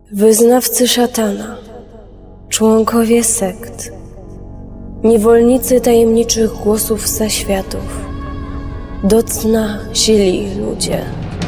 Wyznawcy szatana, członkowie sekt, niewolnicy tajemniczych głosów zaświatów, do cna sili ludzie.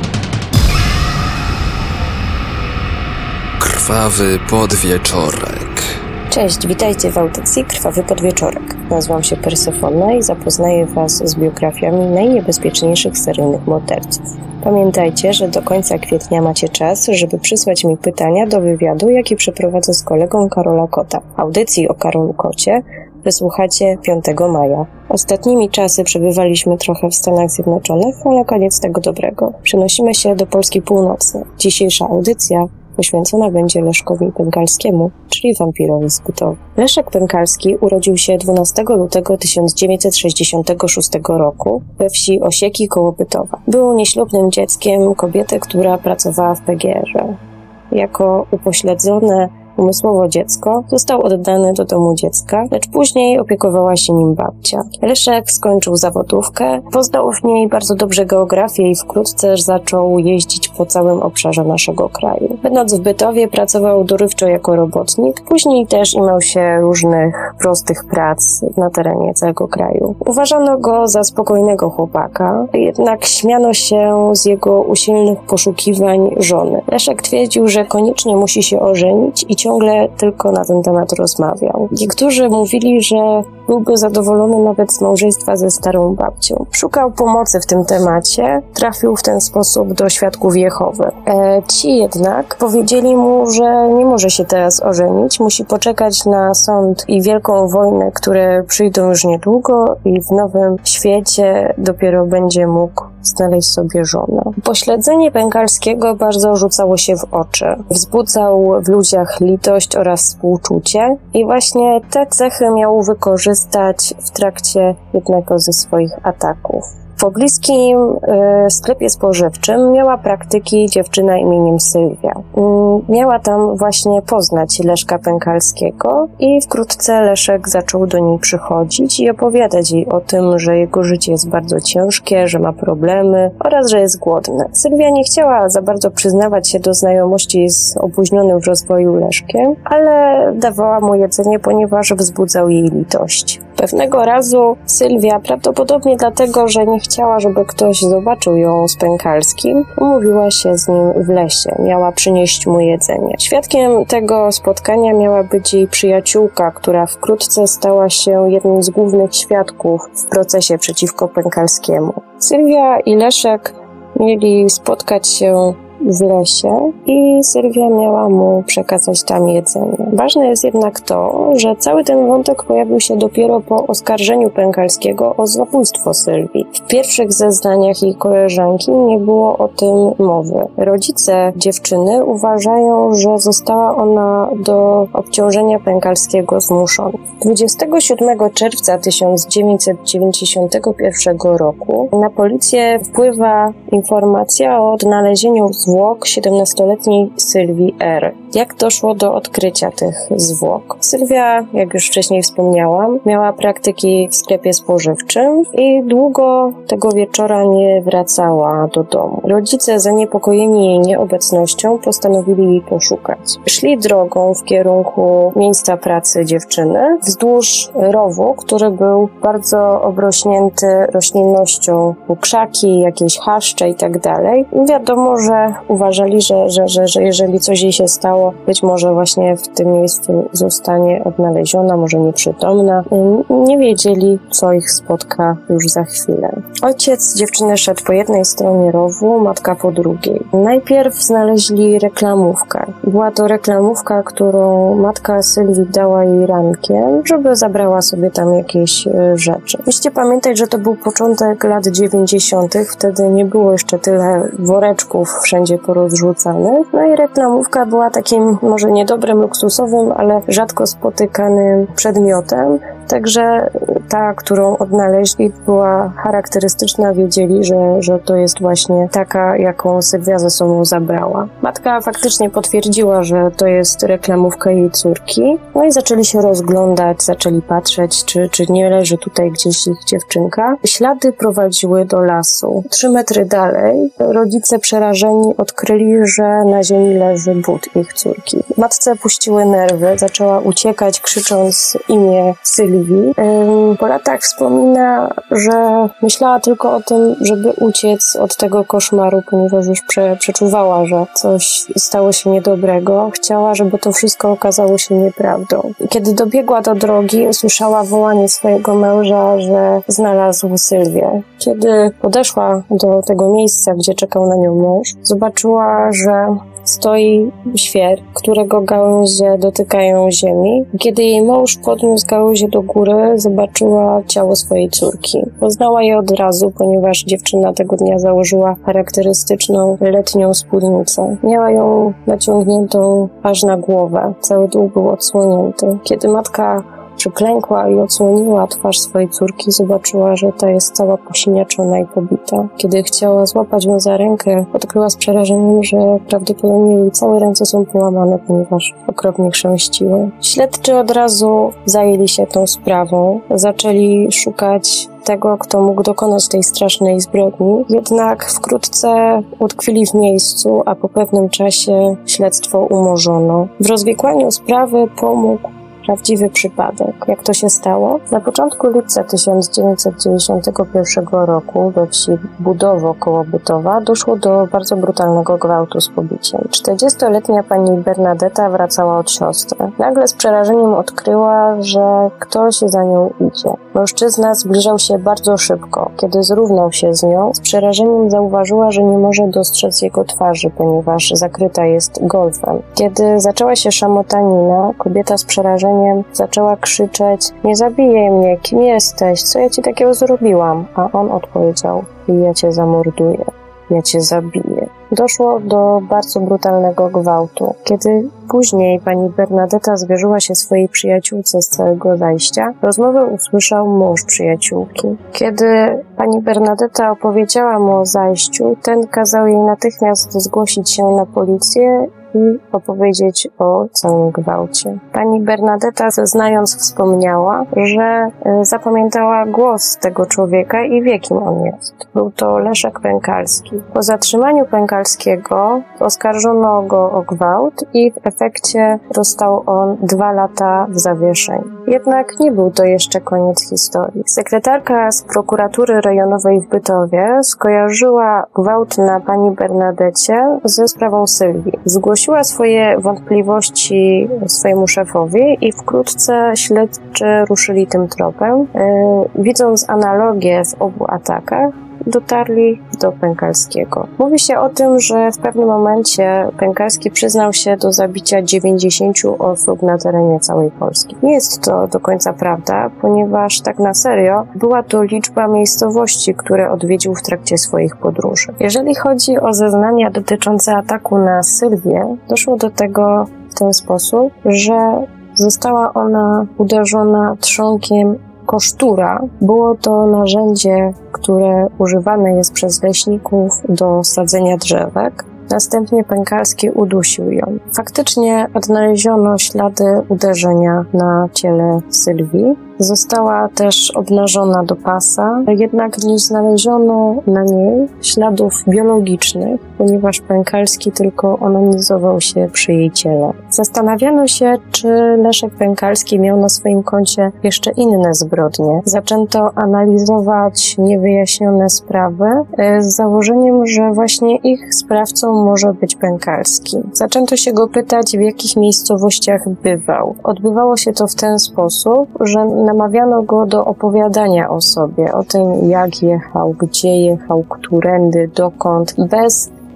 Krwawy podwieczorek. Cześć, witajcie w audycji Krwawy Podwieczorek. Nazywam się Persefona i zapoznaję Was z biografiami najniebezpieczniejszych seryjnych morderców. Pamiętajcie, że do końca kwietnia macie czas, żeby przysłać mi pytania do wywiadu, jaki przeprowadzę z kolegą Karola Kota. Audycji o Karolu Kocie wysłuchacie 5 maja. Ostatnimi czasy przebywaliśmy trochę w Stanach Zjednoczonych, ale koniec tego dobrego. Przenosimy się do Polski Północnej. Dzisiejsza audycja poświęcona będzie Leszkowi Pękalskiemu, czyli wampirowi z Bytowa. Leszek Pękalski urodził się 12 lutego 1966 roku we wsi Osieki koło Bytowa. Był nieślubnym dzieckiem kobiety, która pracowała w PGR-ze. Jako upośledzone umysłowo dziecko został oddany do domu dziecka, lecz później opiekowała się nim babcia. Leszek skończył zawodówkę, poznał w niej bardzo dobrze geografię i wkrótce zaczął jeździć po całym obszarze naszego kraju. Będąc w Bytowie pracował dorywczo jako robotnik, później też imał się różnych prostych prac na terenie całego kraju. Uważano go za spokojnego chłopaka, jednak śmiano się z jego usilnych poszukiwań żony. Leszek twierdził, że koniecznie musi się ożenić i ciągle tylko na ten temat rozmawiał. Niektórzy mówili, że byłby zadowolony nawet z małżeństwa ze starą babcią. Szukał pomocy w tym temacie, trafił w ten sposób do świadków Jehowy. Ci jednak powiedzieli mu, że nie może się teraz ożenić, musi poczekać na sąd i wielką wojnę, które przyjdą już niedługo i w nowym świecie dopiero będzie mógł znaleźć sobie żonę. Upośledzenie Pękalskiego bardzo rzucało się w oczy. Wzbudzał w ludziach litość oraz współczucie i właśnie te cechy miał wykorzystać w trakcie jednego ze swoich ataków. W pobliskim sklepie spożywczym miała praktyki dziewczyna imieniem Sylwia. Miała tam właśnie poznać Leszka Pękalskiego i wkrótce Leszek zaczął do niej przychodzić i opowiadać jej o tym, że jego życie jest bardzo ciężkie, że ma problemy oraz że jest głodny. Sylwia nie chciała za bardzo przyznawać się do znajomości z opóźnionym w rozwoju Leszkiem, ale dawała mu jedzenie, ponieważ wzbudzał jej litość. Pewnego razu Sylwia, prawdopodobnie dlatego, że nie chciała, żeby ktoś zobaczył ją z Pękalskim, umówiła się z nim w lesie. Miała przynieść mu jedzenie. Świadkiem tego spotkania miała być jej przyjaciółka, która wkrótce stała się jednym z głównych świadków w procesie przeciwko Pękalskiemu. Sylwia i Leszek mieli spotkać się w lesie i Sylwia miała mu przekazać tam jedzenie. Ważne jest jednak to, że cały ten wątek pojawił się dopiero po oskarżeniu Pękalskiego o zabójstwo Sylwii. W pierwszych zeznaniach jej koleżanki nie było o tym mowy. Rodzice dziewczyny uważają, że została ona do obciążenia Pękalskiego zmuszona. 27 czerwca 1991 roku na policję wpływa informacja o odnalezieniu zwłok 17-letniej Sylwii R. Jak doszło do odkrycia tych zwłok? Sylwia, jak już wcześniej wspomniałam, miała praktyki w sklepie spożywczym i długo tego wieczora nie wracała do domu. Rodzice, zaniepokojeni jej nieobecnością, postanowili jej poszukać. Szli drogą w kierunku miejsca pracy dziewczyny wzdłuż rowu, który był bardzo obrośnięty roślinnością, krzaki, jakieś chaszcze i tak dalej. Wiadomo, że uważali, że jeżeli coś jej się stało, być może właśnie w tym miejscu zostanie odnaleziona, może nieprzytomna. Nie wiedzieli, co ich spotka już za chwilę. Ojciec dziewczyny szedł po jednej stronie rowu, matka po drugiej. Najpierw znaleźli reklamówkę. Była to reklamówka, którą matka Sylwii dała jej rankiem, żeby zabrała sobie tam jakieś rzeczy. Musicie pamiętać, że to był początek lat 90. Wtedy nie było jeszcze tyle woreczków wszędzie porozrzucanych. No i reklamówka była takim może niedobrym, luksusowym, ale rzadko spotykanym przedmiotem. Także ta, którą odnaleźli, była charakterystyczna, wiedzieli, że to jest właśnie taka, jaką Sylwia ze sobą zabrała. Matka faktycznie potwierdziła, że to jest reklamówka jej córki, no i zaczęli się rozglądać, zaczęli patrzeć, czy nie leży tutaj gdzieś ich dziewczynka. Ślady prowadziły do lasu. 3 metry dalej rodzice przerażeni odkryli, że na ziemi leży but ich córki. Matce puściły nerwy, zaczęła uciekać, krzycząc imię Sylwii. Po latach wspomina, że myślała tylko o tym, żeby uciec od tego koszmaru, ponieważ już przeczuwała, że coś stało się niedobrego. Chciała, żeby to wszystko okazało się nieprawdą. Kiedy dobiegła do drogi, usłyszała wołanie swojego męża, że znalazł Sylwię. Kiedy podeszła do tego miejsca, gdzie czekał na nią mąż, zobaczyła, że stoi świer, którego gałęzie dotykają ziemi. Kiedy jej mąż podniósł gałęzie do góry, zobaczyła ciało swojej córki. Poznała je od razu, ponieważ dziewczyna tego dnia założyła charakterystyczną letnią spódnicę. Miała ją naciągniętą aż na głowę. Cały dół był odsłonięty. Kiedy matka przyklękła i odsłoniła twarz swojej córki, zobaczyła, że ta jest cała posiniaczona i pobita. Kiedy chciała złapać ją za rękę, odkryła z przerażeniem, że prawdopodobnie jej całe ręce są połamane, ponieważ okropnie chrzęściły. Śledczy od razu zajęli się tą sprawą. Zaczęli szukać tego, kto mógł dokonać tej strasznej zbrodni. Jednak wkrótce utkwili w miejscu, a po pewnym czasie śledztwo umorzono. W rozwikłaniu sprawy pomógł prawdziwy przypadek. Jak to się stało? Na początku lipca 1991 roku we wsi Budowo koło Bytowa doszło do bardzo brutalnego gwałtu z pobiciem. 40-letnia pani Bernadetta wracała od siostry. Nagle z przerażeniem odkryła, że ktoś za nią idzie. Mężczyzna zbliżał się bardzo szybko. Kiedy zrównał się z nią, z przerażeniem zauważyła, że nie może dostrzec jego twarzy, ponieważ zakryta jest golfem. Kiedy zaczęła się szamotanina, kobieta z przerażeniem zaczęła krzyczeć: nie zabijaj mnie, kim jesteś, co ja ci takiego zrobiłam? A on odpowiedział: ja cię zamorduję, ja cię zabiję. Doszło do bardzo brutalnego gwałtu. Kiedy później pani Bernadetta zwierzyła się swojej przyjaciółce z całego zajścia, rozmowę usłyszał mąż przyjaciółki. Kiedy pani Bernadetta opowiedziała mu o zajściu, ten kazał jej natychmiast zgłosić się na policję i opowiedzieć o całym gwałcie. Pani Bernadetta, zeznając, wspomniała, że zapamiętała głos tego człowieka i wie, kim on jest. Był to Leszek Pękalski. Po zatrzymaniu Pękalskiego oskarżono go o gwałt i w efekcie dostał on 2 lata w zawieszeniu. Jednak nie był to jeszcze koniec historii. Sekretarka z prokuratury rejonowej w Bytowie skojarzyła gwałt na pani Bernadecie ze sprawą Sylwii. Zgłosiła swoje wątpliwości swojemu szefowi i wkrótce śledczy ruszyli tym tropem. Widząc analogię w obu atakach, dotarli do Pękalskiego. Mówi się o tym, że w pewnym momencie Pękalski przyznał się do zabicia 90 osób na terenie całej Polski. Nie jest to do końca prawda, ponieważ tak na serio była to liczba miejscowości, które odwiedził w trakcie swoich podróży. Jeżeli chodzi o zeznania dotyczące ataku na Sylwię, doszło do tego w ten sposób, że została ona uderzona trzonkiem kosztura. Było to narzędzie, które używane jest przez leśników do sadzenia drzewek. Następnie Pękalski udusił ją. Faktycznie odnaleziono ślady uderzenia na ciele Sylwii. Została też obnażona do pasa, jednak nie znaleziono na niej śladów biologicznych, ponieważ Pękalski tylko onanizował się przy jej ciele. Zastanawiano się, czy Leszek Pękalski miał na swoim koncie jeszcze inne zbrodnie. Zaczęto analizować niewyjaśnione sprawy z założeniem, że właśnie ich sprawcą może być Pękalski. Zaczęto się go pytać, w jakich miejscowościach bywał. Odbywało się to w ten sposób, że namawiano go do opowiadania o sobie, o tym, jak jechał, gdzie jechał, którędy, dokąd, bez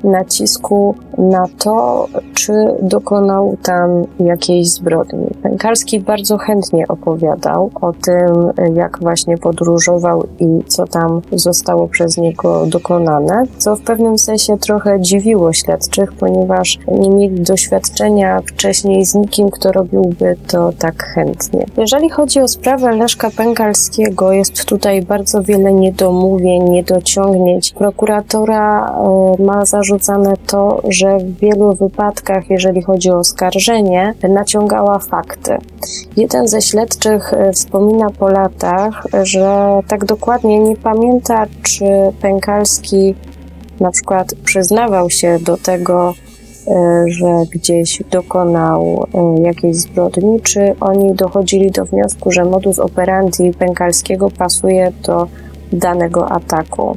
nacisku na to, czy dokonał tam jakiejś zbrodni. Pękalski bardzo chętnie opowiadał o tym, jak właśnie podróżował i co tam zostało przez niego dokonane, co w pewnym sensie trochę dziwiło śledczych, ponieważ nie mieli doświadczenia wcześniej z nikim, kto robiłby to tak chętnie. Jeżeli chodzi o sprawę Leszka Pękalskiego, jest tutaj bardzo wiele niedomówień, niedociągnięć. Prokuratora ma zarzucane to, że w wielu wypadkach, jeżeli chodzi o oskarżenie, naciągała fakty. Jeden ze śledczych wspomina po latach, że tak dokładnie nie pamięta, czy Pękalski na przykład przyznawał się do tego, że gdzieś dokonał jakiejś zbrodni, czy oni dochodzili do wniosku, że modus operandi Pękalskiego pasuje do danego ataku.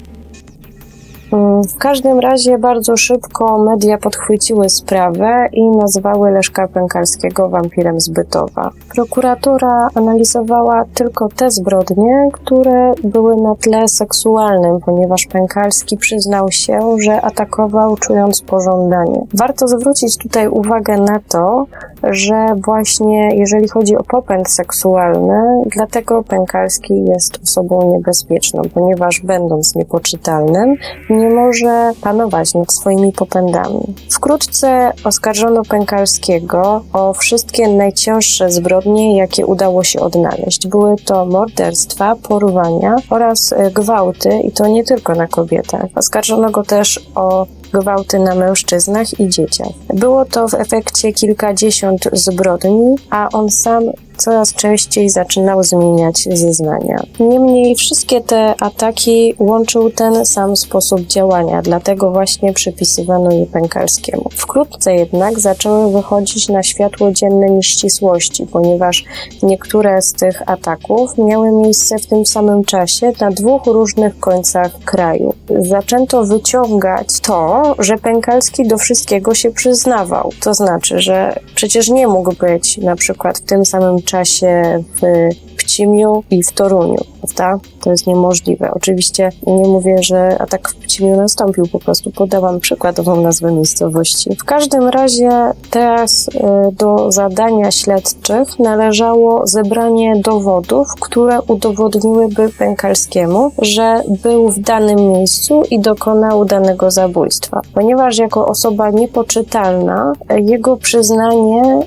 W każdym razie bardzo szybko media podchwyciły sprawę i nazwały Leszka Pękalskiego wampirem z Bytowa. Prokuratura analizowała tylko te zbrodnie, które były na tle seksualnym, ponieważ Pękalski przyznał się, że atakował czując pożądanie. Warto zwrócić tutaj uwagę na to, że właśnie jeżeli chodzi o popęd seksualny, dlatego Pękalski jest osobą niebezpieczną, ponieważ będąc niepoczytalnym, nie może panować nad swoimi popędami. Wkrótce oskarżono Pękalskiego o wszystkie najcięższe zbrodnie, jakie udało się odnaleźć. Były to morderstwa, porwania oraz gwałty, i to nie tylko na kobietach. Oskarżono go też o gwałty na mężczyznach i dzieciach. Było to w efekcie kilkadziesiąt zbrodni, a on sam coraz częściej zaczynał zmieniać zeznania. Niemniej wszystkie te ataki łączył ten sam sposób działania, dlatego właśnie przypisywano je Pękalskiemu. Wkrótce jednak zaczęły wychodzić na światło dzienne nieścisłości, ponieważ niektóre z tych ataków miały miejsce w tym samym czasie na dwóch różnych końcach kraju. Zaczęto wyciągać to, że Pękalski do wszystkiego się przyznawał. To znaczy, że przecież nie mógł być na przykład w tym samym czasie w Pcimiu i w Toruniu, prawda? To jest niemożliwe. Oczywiście nie mówię, że atak w Pcimiu nastąpił, po prostu podałam przykładową nazwę miejscowości. W każdym razie teraz do zadania śledczych należało zebranie dowodów, które udowodniłyby Pękalskiemu, że był w danym miejscu i dokonał danego zabójstwa. Ponieważ jako osoba niepoczytalna, jego przyznanie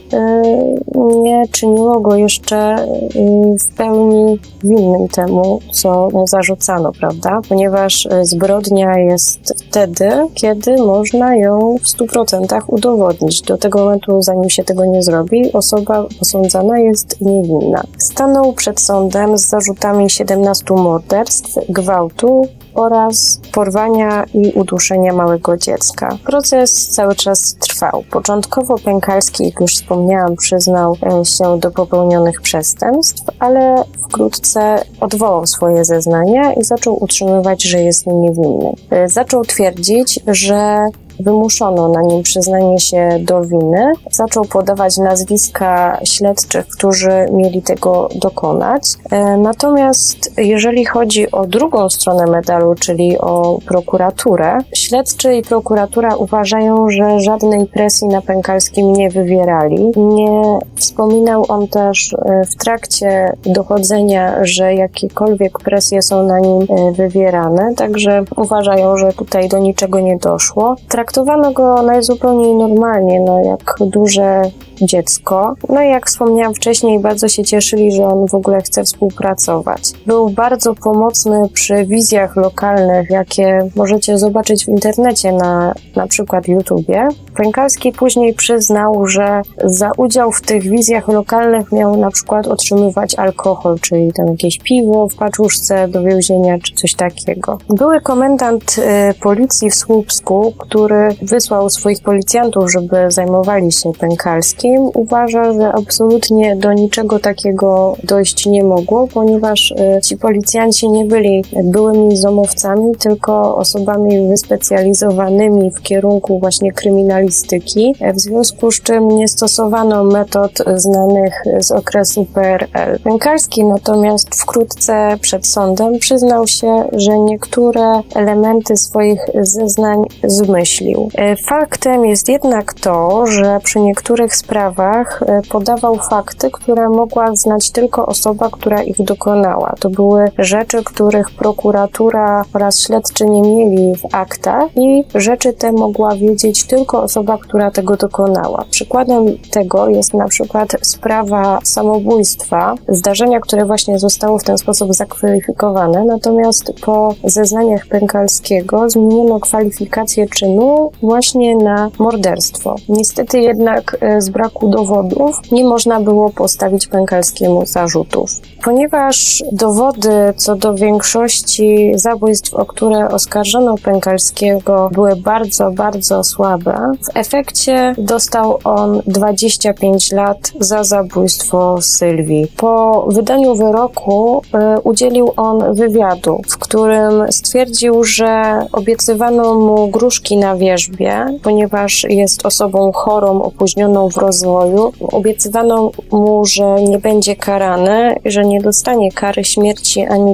nie czyniło go jeszcze w pełni winnym temu, co mu zarzucano, prawda? Ponieważ zbrodnia jest wtedy, kiedy można ją w 100% udowodnić. Do tego momentu, zanim się tego nie zrobi, osoba osądzana jest niewinna. Stanął przed sądem z zarzutami 17 morderstw, gwałtu oraz porwania i uduszenia małego dziecka. Proces cały czas trwał. Początkowo Pękalski, jak już wspomniałam, przyznał się do popełnionych przestępstw, ale wkrótce odwołał swoje zeznania i zaczął utrzymywać, że jest niewinny. Zaczął twierdzić, że wymuszono na nim przyznanie się do winy. Zaczął podawać nazwiska śledczych, którzy mieli tego dokonać. Natomiast jeżeli chodzi o drugą stronę medalu, czyli o prokuraturę, śledczy i prokuratura uważają, że żadnej presji na Pękalskim nie wywierali. Nie wspominał on też w trakcie dochodzenia, że jakiekolwiek presje są na nim wywierane, także uważają, że tutaj do niczego nie doszło. Traktowano go najzupełniej normalnie, jak duże dziecko. I jak wspomniałam wcześniej, bardzo się cieszyli, że on w ogóle chce współpracować. Był bardzo pomocny przy wizjach lokalnych, jakie możecie zobaczyć w internecie na przykład YouTubie. Pękalski później przyznał, że za udział w tych wizjach lokalnych miał na przykład otrzymywać alkohol, czyli tam jakieś piwo w paczuszce do więzienia, czy coś takiego. Były komendant policji w Słupsku, który wysłał swoich policjantów, żeby zajmowali się Pękalskim, uważa, że absolutnie do niczego takiego dojść nie mogło, ponieważ ci policjanci nie byli byłymi zomowcami, tylko osobami wyspecjalizowanymi w kierunku właśnie kryminalistyki, w związku z czym nie stosowano metod znanych z okresu PRL. Pękalski natomiast wkrótce przed sądem przyznał się, że niektóre elementy swoich zeznań zmyślił. wymyślił. Faktem jest jednak to, że przy niektórych sprawach podawał fakty, które mogła znać tylko osoba, która ich dokonała. To były rzeczy, których prokuratura oraz śledczy nie mieli w aktach i rzeczy te mogła wiedzieć tylko osoba, która tego dokonała. Przykładem tego jest na przykład sprawa samobójstwa, zdarzenia, które właśnie zostało w ten sposób zakwalifikowane, natomiast po zeznaniach Pękalskiego zmieniono kwalifikację czynu właśnie na morderstwo. Niestety jednak z braku dowodów nie można było postawić Pękalskiemu zarzutów. Ponieważ dowody co do większości zabójstw, o które oskarżono Pękalskiego, były bardzo, bardzo słabe, w efekcie dostał on 25 lat za zabójstwo Sylwii. Po wydaniu wyroku udzielił on wywiadu, w którym stwierdził, że obiecywano mu gruszki na wierzbie, ponieważ jest osobą chorą, opóźnioną w rozwoju. Obiecywano mu, że nie będzie karany, że nie dostanie kary śmierci ani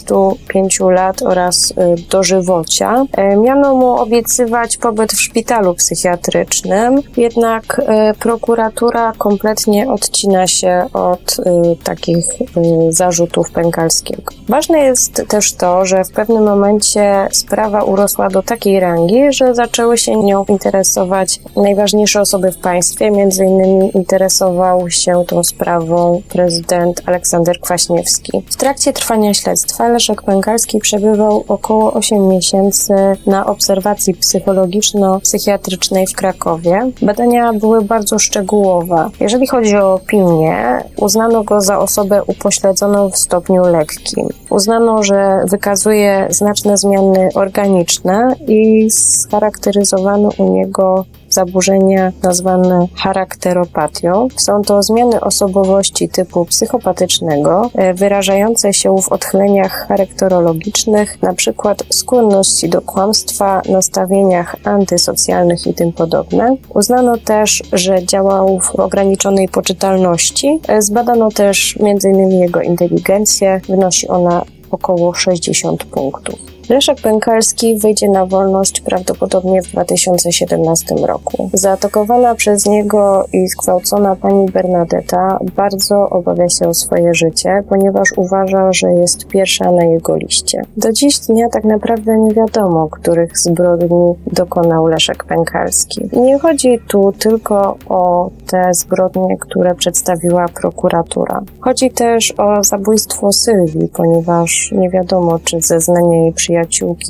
25 lat oraz dożywocia. Miano mu obiecywać pobyt w szpitalu psychiatrycznym, jednak prokuratura kompletnie odcina się od takich zarzutów Pękalskiego. Ważne jest też to, że w pewnym momencie sprawa urosła do takiej rangi, że zaczęły się nią interesować najważniejsze osoby w państwie. Między innymi interesował się tą sprawą prezydent Aleksander Kwaśniewski. W trakcie trwania śledztwa Leszek Pękalski przebywał około 8 miesięcy na obserwacji psychologiczno-psychiatrycznej w Krakowie. Badania były bardzo szczegółowe. Jeżeli chodzi o opinię, uznano go za osobę upośledzoną w stopniu lekkim. Uznano, że wykazuje znaczne zmiany organiczne i scharakteryzowano u niego zaburzenia nazwane charakteropatią. Są to zmiany osobowości typu psychopatycznego, wyrażające się w odchyleniach charakterologicznych, np. skłonności do kłamstwa, nastawieniach antysocjalnych i tym podobne. Uznano też, że działał w ograniczonej poczytalności. Zbadano też m.in. jego inteligencję. Wynosi ona około 60 punktów. Leszek Pękalski wyjdzie na wolność prawdopodobnie w 2017 roku. Zaatakowana przez niego i zgwałcona pani Bernadetta bardzo obawia się o swoje życie, ponieważ uważa, że jest pierwsza na jego liście. Do dziś dnia tak naprawdę nie wiadomo, których zbrodni dokonał Leszek Pękalski. I nie chodzi tu tylko o te zbrodnie, które przedstawiła prokuratura. Chodzi też o zabójstwo Sylwii, ponieważ nie wiadomo, czy zeznania jej przyjaciółki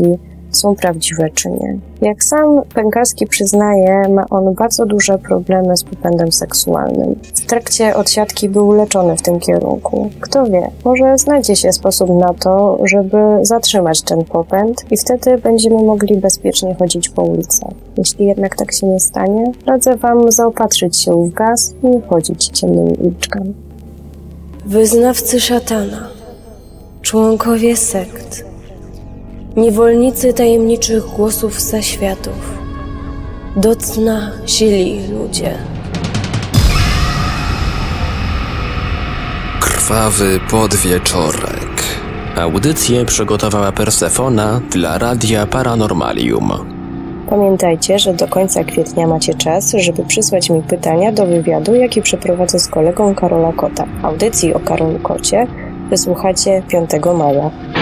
są prawdziwe czy nie. Jak sam Pękalski przyznaje, ma on bardzo duże problemy z popędem seksualnym. W trakcie odsiadki był leczony w tym kierunku. Kto wie, może znajdzie się sposób na to, żeby zatrzymać ten popęd i wtedy będziemy mogli bezpiecznie chodzić po ulicach. Jeśli jednak tak się nie stanie, radzę Wam zaopatrzyć się w gaz i nie chodzić ciemnymi uliczkami. Wyznawcy szatana, członkowie sekt, niewolnicy tajemniczych głosów zaświatów, do cna sili ludzie. Krwawy podwieczorek. Audycję przygotowała Persefona dla Radia Paranormalium. Pamiętajcie, że do końca kwietnia macie czas, żeby przysłać mi pytania do wywiadu, jaki przeprowadzę z kolegą Karola Kota. Audycji o Karolu Kocie wysłuchacie 5 maja.